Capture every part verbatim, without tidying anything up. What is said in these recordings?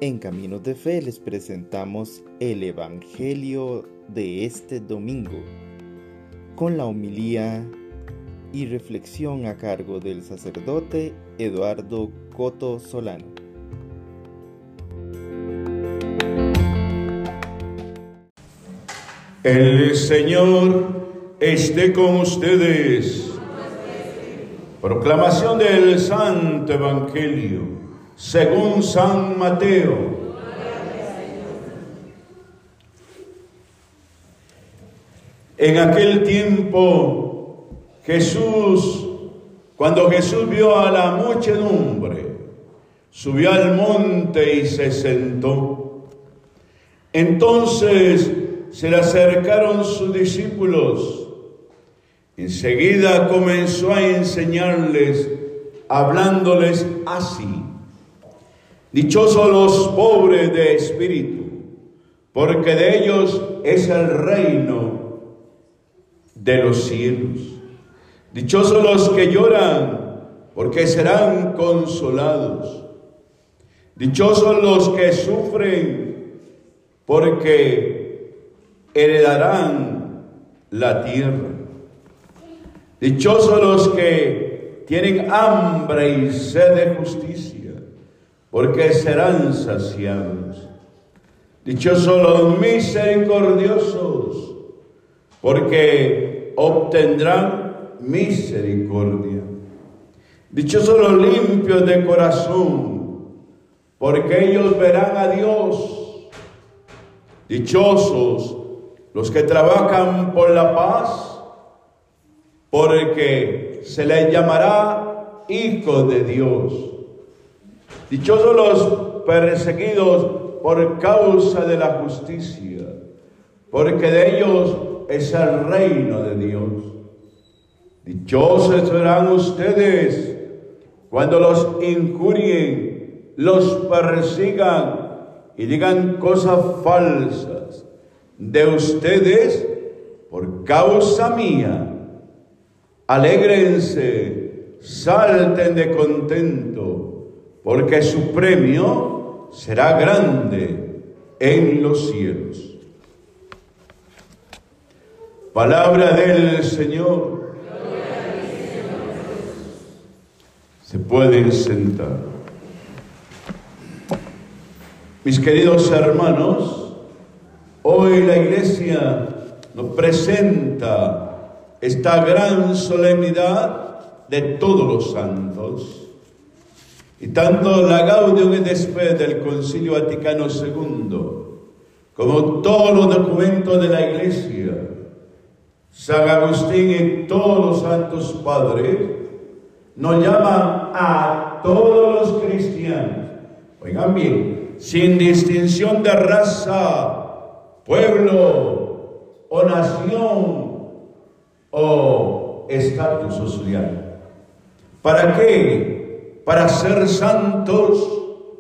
En Caminos de Fe les presentamos el Evangelio de este domingo, con la homilía y reflexión a cargo del sacerdote Eduardo Coto Solano. El Señor esté con ustedes. Proclamación del Santo Evangelio según San Mateo. En aquel tiempo, Jesús, cuando Jesús vio a la muchedumbre, subió al monte y se sentó. Entonces se le acercaron sus discípulos. Enseguida comenzó a enseñarles, hablándoles así: dichosos los pobres de espíritu, porque de ellos es el reino de los cielos. Dichosos los que lloran, porque serán consolados. Dichosos los que sufren, porque heredarán la tierra. Dichosos los que tienen hambre y sed de justicia, porque serán saciados. Dichosos los misericordiosos, porque obtendrán misericordia. Dichosos los limpios de corazón, porque ellos verán a Dios. Dichosos los que trabajan por la paz, porque se les llamará hijos de Dios. Dichosos los perseguidos por causa de la justicia, porque de ellos es el reino de Dios. Dichosos serán ustedes cuando los injurien, los persigan y digan cosas falsas de ustedes por causa mía. Alégrense, salten de contento, porque su premio será grande en los cielos. Palabra del Señor. Se pueden sentar. Mis queridos hermanos, hoy la Iglesia nos presenta esta gran solemnidad de todos los santos. Y tanto la Gaudium et Spes del Concilio Vaticano segundo, como todos los documentos de la Iglesia, San Agustín y todos los santos padres, nos llaman a todos los cristianos, oigan bien, sin distinción de raza, pueblo o nación o estatus social. ¿Para qué? Para ser santos.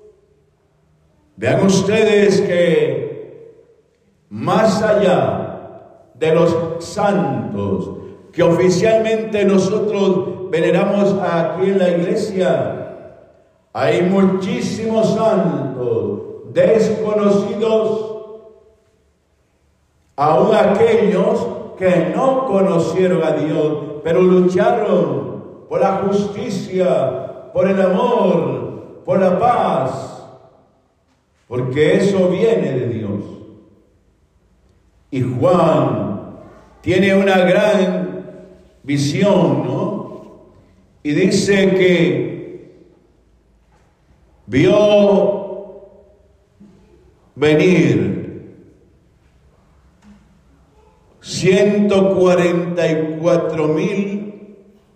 Vean ustedes que más allá de los santos que oficialmente nosotros veneramos aquí en la iglesia, hay muchísimos santos desconocidos, aún aquellos que no conocieron a Dios, pero lucharon por la justicia, por el amor, por la paz, porque eso viene de Dios. Y Juan tiene una gran visión, ¿no? Y dice que vio venir ciento cuarenta y cuatro mil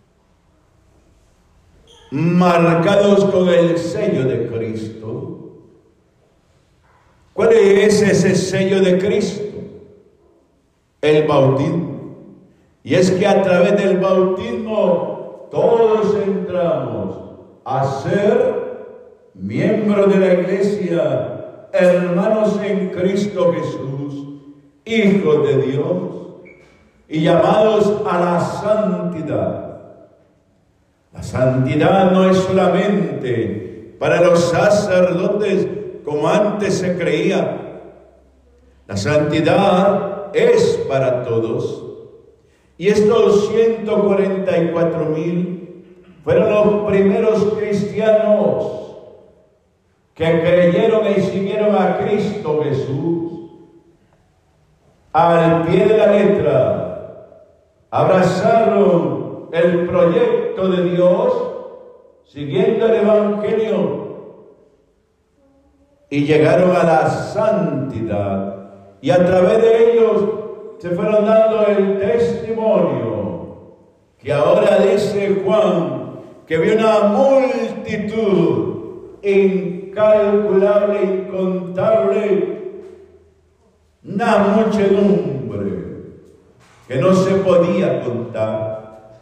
marcados con el sello de Cristo. ¿Cuál es ese sello de Cristo? El bautismo. Y es que a través del bautismo todos entramos a ser miembros de la iglesia, hermanos en Cristo Jesús, hijos de Dios, y llamados a la santidad. La santidad no es solamente para los sacerdotes como antes se creía. La santidad es para todos. Y estos ciento cuarenta y cuatro mil fueron los primeros cristianos que creyeron y siguieron a Cristo Jesús al pie de la letra, abrazaron el proyecto de Dios, siguiendo el Evangelio, y llegaron a la santidad, y a través de ellos se fueron dando el testimonio, que ahora dice Juan, que vio una multitud incalculable, incontable, una muchedumbre que no se podía contar.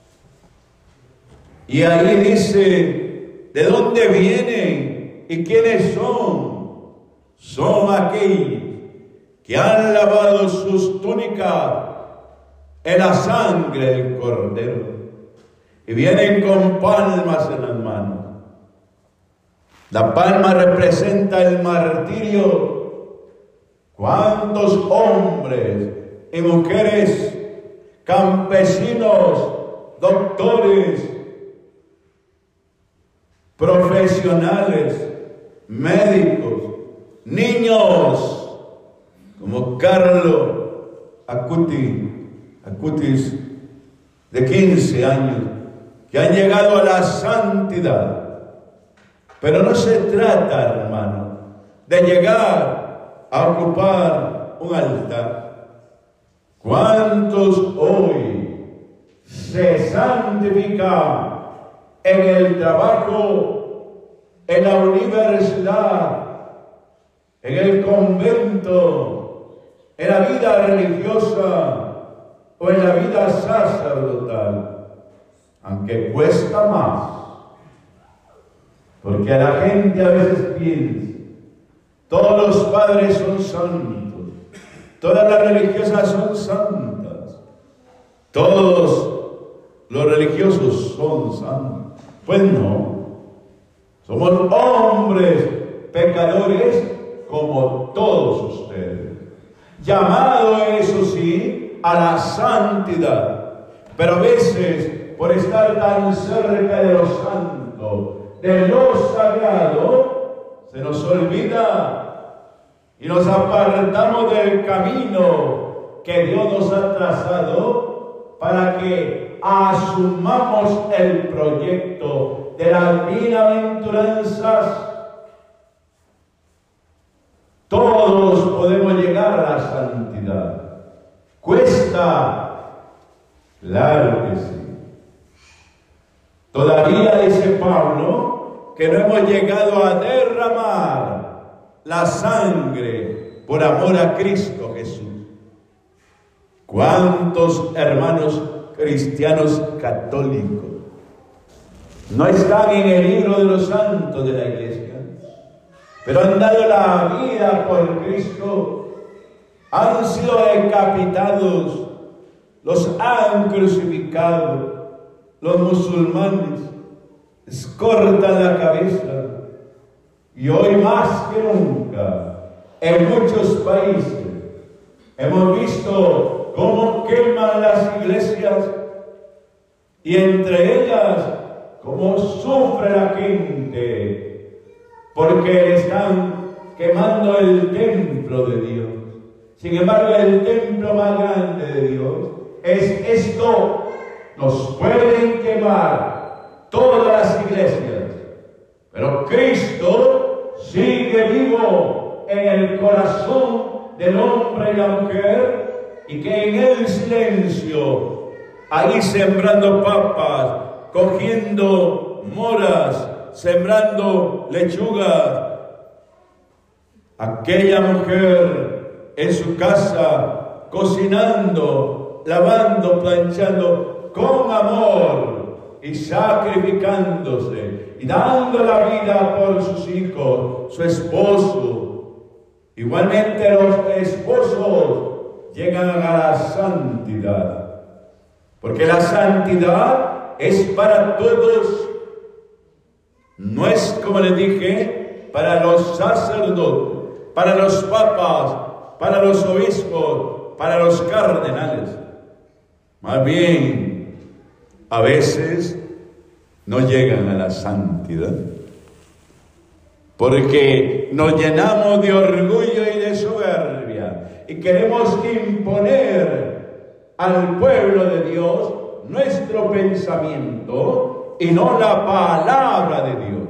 Y ahí dice, ¿de dónde vienen y quiénes son? Son aquellos que han lavado sus túnicas en la sangre del Cordero y vienen con palmas en las manos. La palma representa el martirio. ¿Cuántos hombres y mujeres, campesinos, doctores, profesionales, médicos, niños, como Carlos Acuti, Acutis, de quince años, que han llegado a la santidad? Pero no se trata, hermano, de llegar a ocupar un altar. ¿Cuántos hoy se santifican en el trabajo, en la universidad, en el convento, en la vida religiosa o en la vida sacerdotal? Aunque cuesta más, porque a la gente a veces piensa, todos los padres son santos, todas las religiosas son santas, todos los religiosos son santos. Pues no, somos hombres pecadores como todos ustedes, llamados, eso sí, a la santidad, pero a veces por estar tan cerca de lo santo, de lo sagrado, se nos olvida y nos apartamos del camino que Dios nos ha trazado para que asumamos el proyecto de las bienaventuranzas. Todos podemos llegar a la santidad. ¿Cuesta? Claro que sí. Todavía dice Pablo que no hemos llegado a derramar la sangre por amor a Cristo Jesús. ¿Cuántos hermanos cristianos católicos no están en el libro de los santos de la iglesia, pero han dado la vida por Cristo, han sido decapitados, los han crucificado, los musulmanes les cortan la cabeza, y hoy más que nunca en muchos países hemos visto cómo queman las iglesias, y entre ellas cómo sufre la gente porque están quemando el templo de Dios. Sin embargo, el templo más grande de Dios es esto. Nos pueden quemar todas las iglesias, pero Cristo sigue vivo en el corazón del hombre y la mujer, y que en el silencio, ahí sembrando papas, cogiendo moras, sembrando lechugas, aquella mujer en su casa, cocinando, lavando, planchando, con amor y sacrificándose y dando la vida por sus hijos, su esposo. Igualmente los esposos llegan a la santidad, porque la santidad es para todos. No es, como les dije, para los sacerdotes, para los papas, para los obispos, para los cardenales. Más bien, a veces no llegan a la santidad, porque nos llenamos de orgullo y de soberbia y queremos imponer al pueblo de Dios nuestro pensamiento y no la palabra de Dios.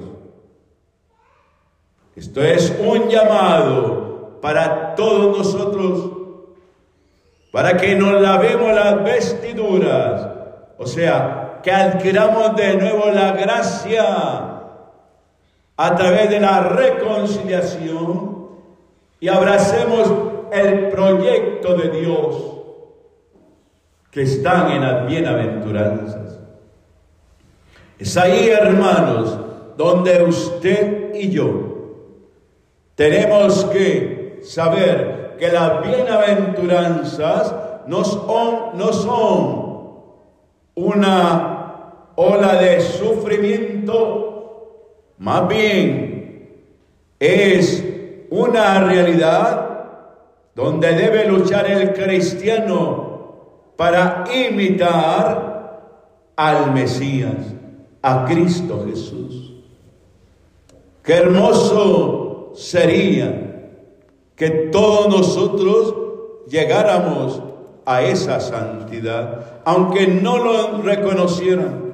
Esto es un llamado para todos nosotros, para que nos lavemos las vestiduras, o sea, que adquiramos de nuevo la gracia a través de la reconciliación y abracemos el proyecto de Dios que están en las bienaventuranzas. Es ahí, hermanos, donde usted y yo tenemos que saber que las bienaventuranzas no son, no son una ola de sufrimiento, más bien es una realidad donde debe luchar el cristiano para imitar al Mesías, a Cristo Jesús. Qué hermoso sería que todos nosotros llegáramos a esa santidad, aunque no lo reconocieran.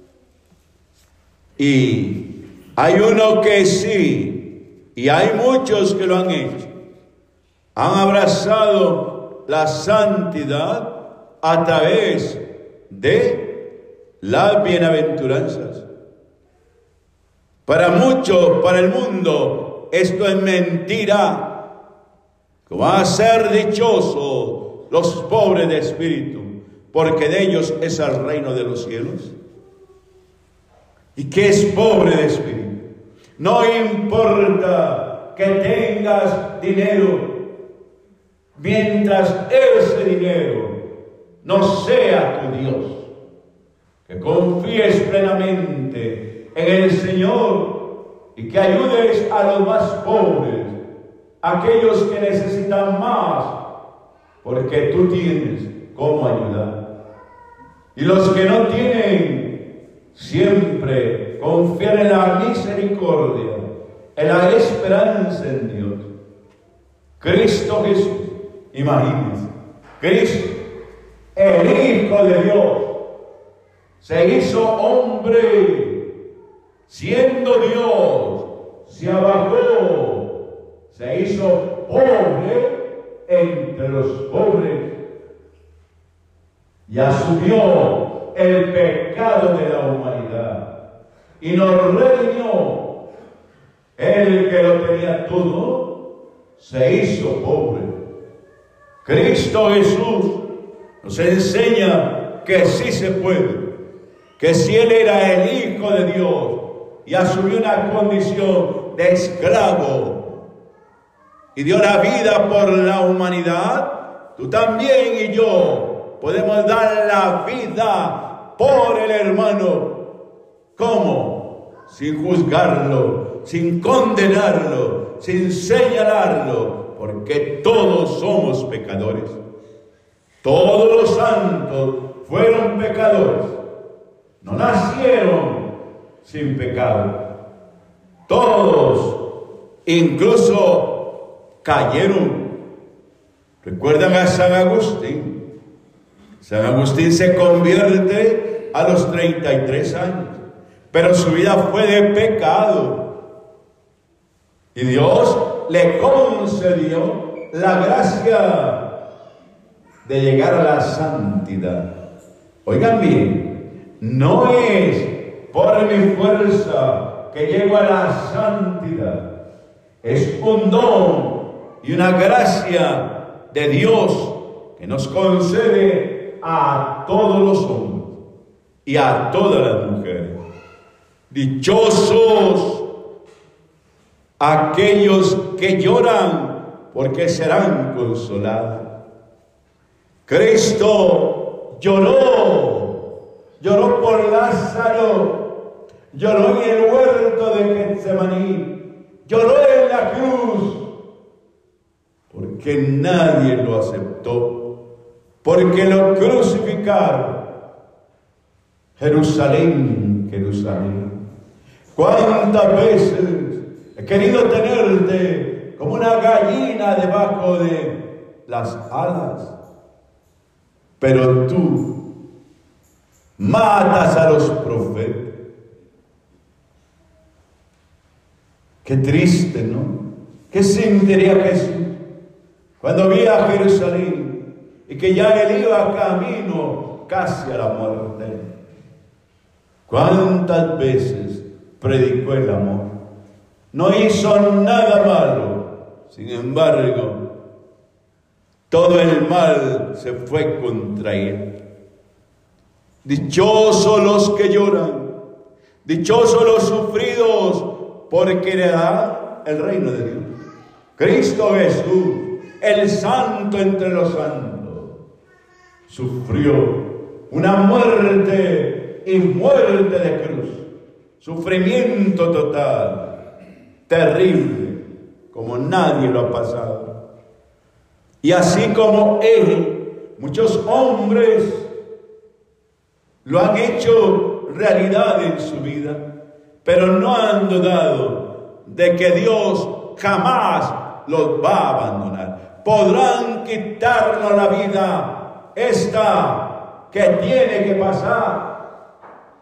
Y hay uno que sí, y hay muchos que lo han hecho. Han abrazado la santidad a través de las bienaventuranzas. Para muchos, para el mundo, esto es mentira. Que van a ser dichosos los pobres de espíritu, porque de ellos es el reino de los cielos. ¿Y qué es pobre de espíritu? No importa que tengas dinero, mientras ese dinero no sea tu Dios, que confíes plenamente en el Señor y que ayudes a los más pobres, aquellos que necesitan más, porque tú tienes cómo ayudar. Y los que no tienen, siempre confiar en la misericordia, en la esperanza en Dios. Cristo Jesús, imagínense, Cristo, el Hijo de Dios, se hizo hombre, siendo Dios, se abajó, se hizo pobre entre los pobres y asumió el pecado de la humanidad y nos redimió. El que lo tenía todo se hizo pobre. Cristo Jesús nos enseña que sí se puede, que si Él era el Hijo de Dios y asumió una condición de esclavo y dio la vida por la humanidad, tú también y yo podemos dar la vida por el hermano. ¿Cómo? Sin juzgarlo, sin condenarlo, sin señalarlo, porque todos somos pecadores. Todos los santos fueron pecadores, no nacieron sin pecado. Todos, incluso cayeron. ¿Recuerdan a San Agustín? San Agustín se convierte a los treinta y tres años, pero su vida fue de pecado. Y Dios le concedió la gracia de llegar a la santidad. Oigan bien, no es por mi fuerza que llego a la santidad. Es un don y una gracia de Dios que nos concede a todos los hombres y a todas las mujeres. Dichosos aquellos que lloran, porque serán consolados. Cristo lloró, lloró por Lázaro, lloró en el huerto de Getsemaní, lloró en la cruz, porque nadie lo aceptó, porque lo crucificaron. Jerusalén, Jerusalén, ¿cuántas veces he querido tenerte como una gallina debajo de las alas? Pero tú matas a los profetas. Qué triste, ¿no? ¿Qué sentiría Jesús cuando vi a Jerusalén y que ya él iba camino casi a la muerte? ¿Cuántas veces predicó el amor? No hizo nada malo. Sin embargo, todo el mal se fue contra él. Dichosos los que lloran, dichosos los sufridos, porque heredarán el reino de Dios. Cristo Jesús, el santo entre los santos, sufrió una muerte y muerte de cruz, sufrimiento total, terrible, como nadie lo ha pasado. Y así como él, muchos hombres lo han hecho realidad en su vida, pero no han dudado de que Dios jamás los va a abandonar. Podrán quitarnos la vida, esta que tiene que pasar,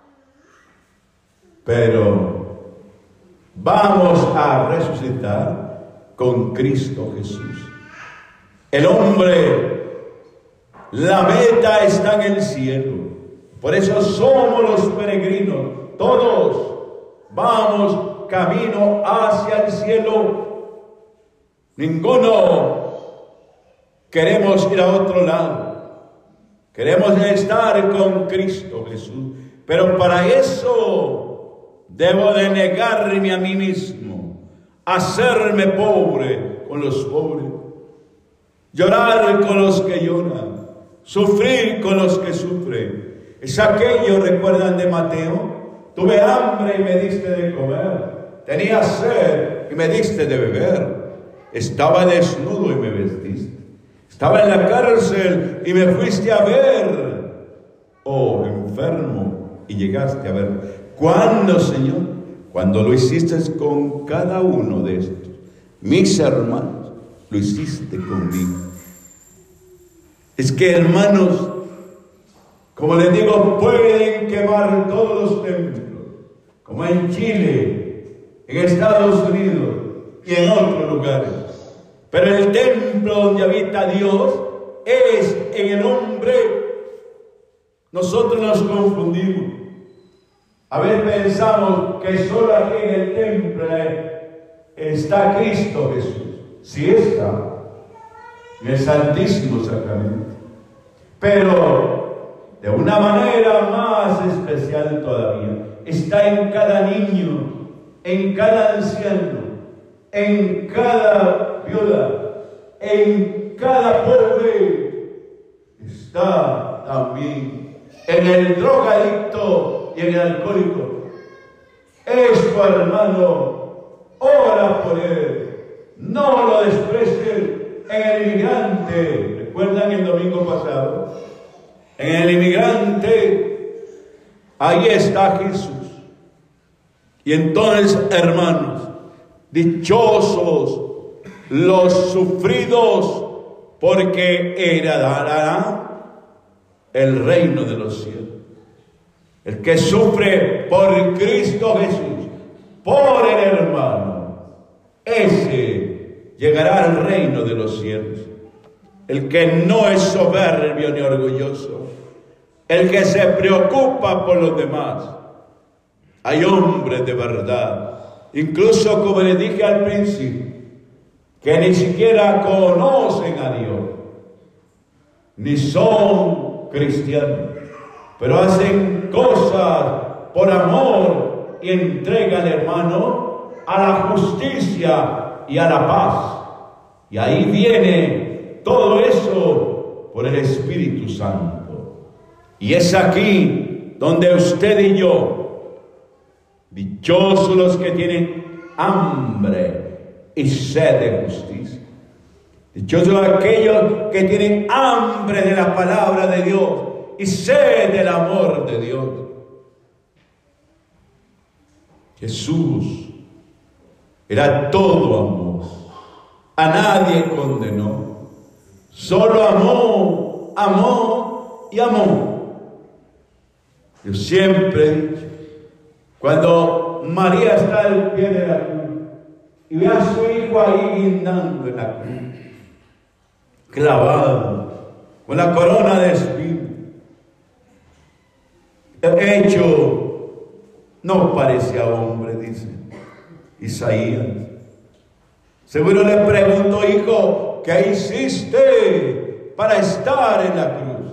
pero vamos a resucitar con Cristo Jesús. El hombre, la meta está en el cielo. Por eso somos los peregrinos. Todos vamos camino hacia el cielo. Ninguno queremos ir a otro lado. Queremos estar con Cristo Jesús. Pero para eso debo de negarme a mí mismo, hacerme pobre con los pobres, llorar con los que lloran, sufrir con los que sufren. Es aquello, recuerdan de Mateo, tuve hambre y me diste de comer, tenía sed y me diste de beber, estaba desnudo y me vestiste, estaba en la cárcel y me fuiste a ver, oh enfermo y llegaste a ver. ¿Cuándo, Señor? Cuando lo hiciste con cada uno de estos, mis hermanos, lo hiciste conmigo. Es que, hermanos, como les digo, pueden quemar todos los templos, como en Chile, en Estados Unidos y en otros lugares. Pero el templo donde habita Dios es en el hombre. Nosotros nos confundimos. A veces pensamos que solo aquí en el templo está Cristo Jesús. Sí está, en el Santísimo Sacramento. Pero de una manera más especial todavía, está en cada niño, en cada anciano, en cada viuda, en cada pobre. Está también en el drogadicto y en el alcohólico. Es tu hermano, ora por él, no lo desprecies. En el inmigrante, ¿recuerdan el domingo pasado? En el inmigrante, ahí está Jesús. Y entonces, hermanos, dichosos los sufridos, porque heredarán el reino de los cielos. El que sufre por Cristo Jesús, por el hermano, ese llegará al reino de los cielos. El que no es soberbio ni orgulloso, el que se preocupa por los demás. Hay hombres de verdad, incluso como les dije al principio, que ni siquiera conocen a Dios, ni son cristianos, pero hacen cosas por amor y entregan, hermano, a la justicia y a la paz. Y ahí viene todo eso por el Espíritu Santo. Y es aquí donde usted y yo, dichosos los que tienen hambre y sed de justicia. Dichosos aquellos que tienen hambre de la palabra de Dios y sed del amor de Dios. Jesús era todo amor, a nadie condenó, solo amó, amó y amó. Yo siempre he dicho, cuando María está al pie de la cruz y ve a su hijo ahí guindando en la cruz, clavado, con la corona de espinas, hecho no parecía hombre, dice Isaías. Seguro le preguntó, hijo, ¿qué hiciste para estar en la cruz?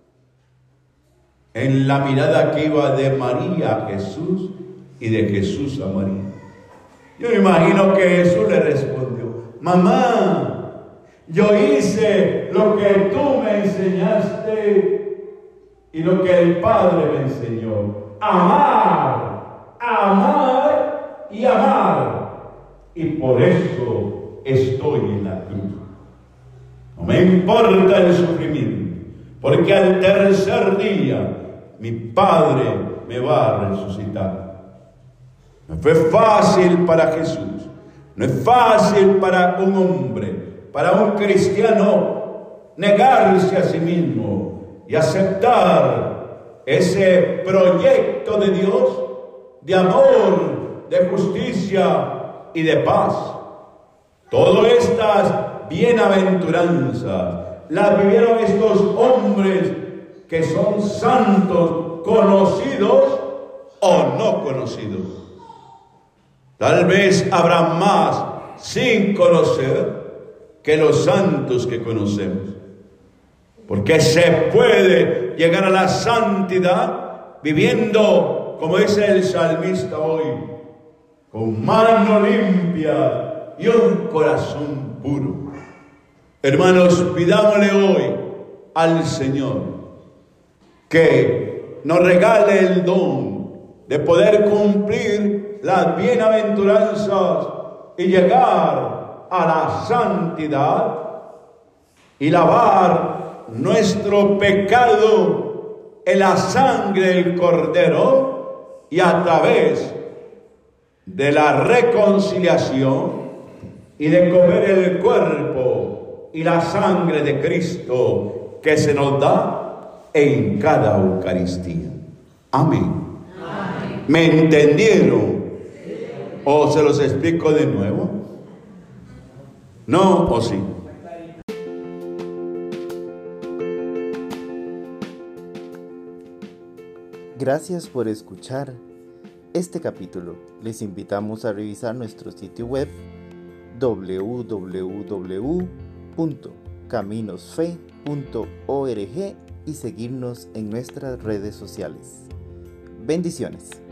En la mirada que iba de María a Jesús y de Jesús a María. Yo me imagino que Jesús le respondió, mamá, yo hice lo que tú me enseñaste y lo que el Padre me enseñó. Amar, amar y amar. Y por eso estoy en la cruz. No me importa el sufrimiento, porque al tercer día mi Padre me va a resucitar. No fue fácil para Jesús, no es fácil para un hombre, para un cristiano, negarse a sí mismo y aceptar ese proyecto de Dios, de amor, de justicia y de paz. Todas estas bienaventuranzas las vivieron estos hombres que son santos, conocidos o no conocidos. Tal vez habrá más sin conocer que los santos que conocemos. Porque se puede llegar a la santidad viviendo, como dice el salmista hoy, con mano limpia y un corazón puro. Hermanos, pidámosle hoy al Señor que nos regale el don de poder cumplir las bienaventuranzas y llegar a la santidad y lavar nuestro pecado en la sangre del Cordero, y a través de la reconciliación y de comer el cuerpo y la sangre de Cristo que se nos da en cada Eucaristía. Amén. Amén. ¿Me entendieron? ¿O se los explico de nuevo? ¿No o sí? Gracias por escuchar este capítulo. Les invitamos a revisar nuestro sitio web doble u doble u doble u punto caminos fe punto org y seguirnos en nuestras redes sociales. Bendiciones.